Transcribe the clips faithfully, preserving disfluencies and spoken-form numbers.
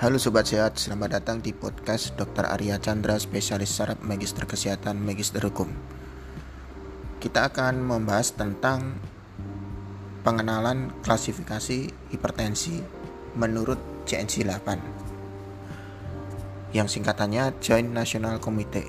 Halo Sobat Sehat, selamat datang di podcast dokter Arya Chandra, spesialis saraf, magister kesehatan, magister hukum. Kita akan membahas tentang pengenalan klasifikasi hipertensi menurut J N C delapan, yang singkatannya Joint National Committee.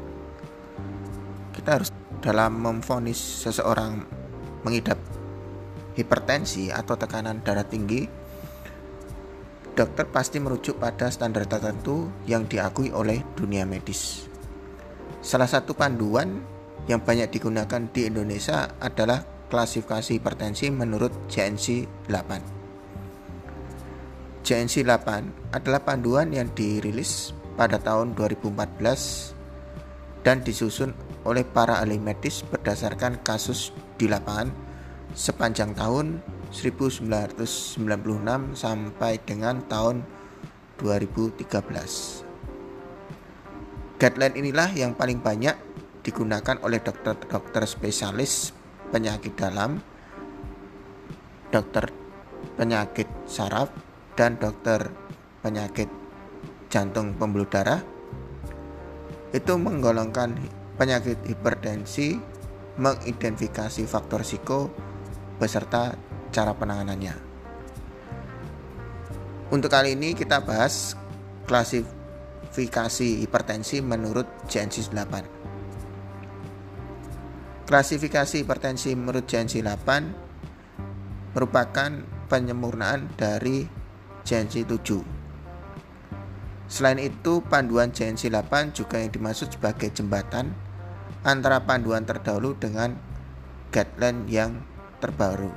Kita harus dalam memvonis seseorang mengidap hipertensi atau tekanan darah tinggi, dokter pasti merujuk pada standar tertentu yang diakui oleh dunia medis. Salah satu panduan yang banyak digunakan di Indonesia adalah klasifikasi hipertensi menurut J N C delapan. J N C delapan adalah panduan yang dirilis pada tahun dua ribu empat belas dan disusun oleh para ahli medis berdasarkan kasus di lapangan sepanjang tahun seribu sembilan ratus sembilan puluh enam sampai dengan tahun dua ribu tiga belas. Guideline inilah yang paling banyak digunakan oleh dokter-dokter spesialis penyakit dalam, dokter penyakit saraf, dan dokter penyakit jantung pembuluh darah. Itu menggolongkan penyakit hipertensi, mengidentifikasi faktor risiko beserta cara penanganannya. Untuk kali ini kita bahas klasifikasi hipertensi menurut J N C delapan. Klasifikasi hipertensi menurut J N C delapan merupakan penyempurnaan dari J N C tujuh. Selain itu, panduan J N C delapan juga yang dimaksud sebagai jembatan antara panduan terdahulu dengan guideline yang terbaru,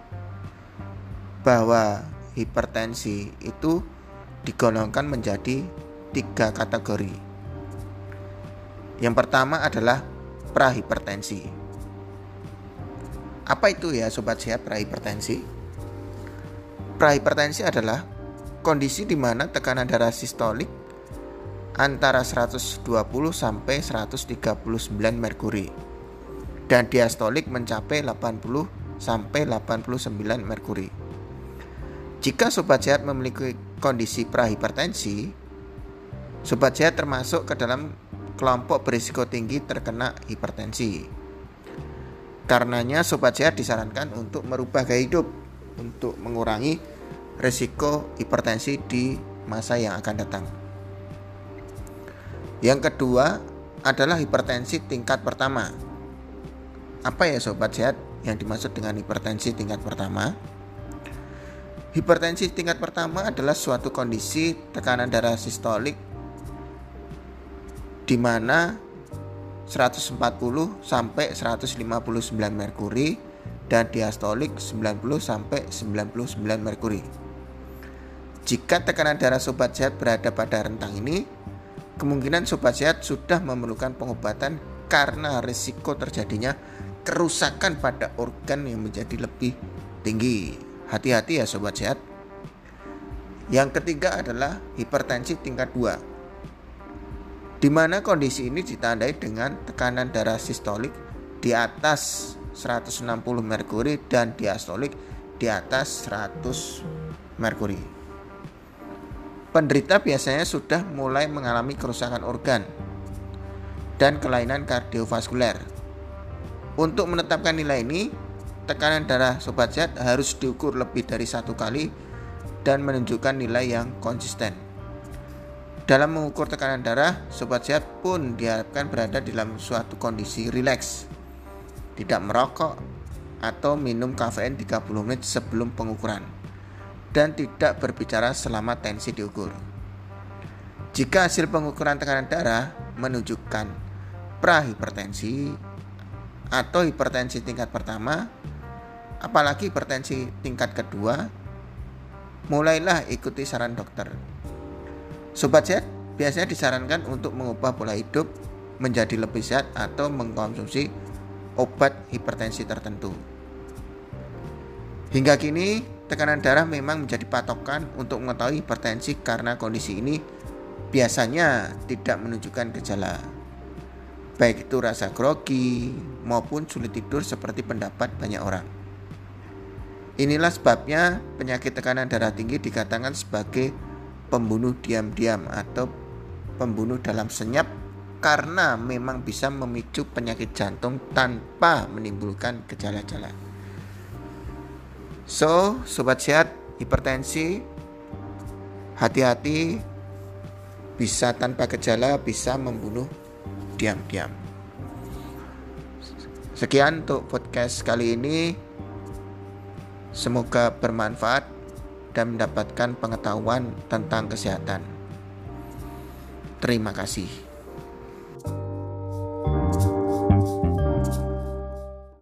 bahwa hipertensi itu digolongkan menjadi tiga kategori. Yang pertama adalah prahipertensi. Apa itu ya Sobat Sehat prahipertensi? Prahipertensi adalah kondisi di mana tekanan darah sistolik antara seratus dua puluh sampai seratus tiga puluh sembilan merkuri dan diastolik mencapai delapan puluh sampai delapan puluh sembilan merkuri. Jika Sobat Sehat memiliki kondisi prahipertensi, Sobat Sehat termasuk ke dalam kelompok berisiko tinggi terkena hipertensi. Karenanya Sobat Sehat disarankan untuk merubah gaya hidup untuk mengurangi risiko hipertensi di masa yang akan datang. Yang kedua adalah hipertensi tingkat pertama. Apa ya Sobat Sehat yang dimaksud dengan hipertensi tingkat pertama? Hipertensi tingkat pertama adalah suatu kondisi tekanan darah sistolik di mana seratus empat puluh sampai seratus lima puluh sembilan merkuri dan diastolik sembilan puluh sampai sembilan puluh sembilan merkuri. Jika tekanan darah Sobat Sehat berada pada rentang ini, kemungkinan Sobat Sehat sudah memerlukan pengobatan karena risiko terjadinya kerusakan pada organ yang menjadi lebih tinggi. Hati-hati ya Sobat Sehat. Yang ketiga adalah hipertensi tingkat dua, di mana kondisi ini ditandai dengan tekanan darah sistolik di atas seratus enam puluh merkuri dan diastolik di atas seratus merkuri. Penderita biasanya sudah mulai mengalami kerusakan organ dan kelainan kardiovaskuler. Untuk menetapkan nilai ini, tekanan darah Sobat Sehat harus diukur lebih dari satu kali dan menunjukkan nilai yang konsisten. Dalam mengukur tekanan darah, Sobat Sehat pun diharapkan berada dalam suatu kondisi rileks, tidak merokok atau minum kafein tiga puluh menit sebelum pengukuran, dan tidak berbicara selama tensi diukur. Jika hasil pengukuran tekanan darah menunjukkan prahipertensi atau hipertensi tingkat pertama, apalagi hipertensi tingkat kedua, mulailah ikuti saran dokter. Sobat Sehat biasanya disarankan untuk mengubah pola hidup menjadi lebih sehat atau mengkonsumsi obat hipertensi tertentu. Hingga kini, tekanan darah memang menjadi patokan untuk mengetahui hipertensi karena kondisi ini biasanya tidak menunjukkan gejala, baik itu rasa grogi maupun sulit tidur seperti pendapat banyak orang. Inilah sebabnya penyakit tekanan darah tinggi dikatakan sebagai pembunuh diam-diam atau pembunuh dalam senyap, karena memang bisa memicu penyakit jantung tanpa menimbulkan gejala-gejala. So, sobat sehat, hipertensi, hati-hati, bisa tanpa gejala, bisa membunuh diam-diam. Sekian untuk podcast kali ini. Semoga bermanfaat dan mendapatkan pengetahuan tentang kesehatan. Terima kasih.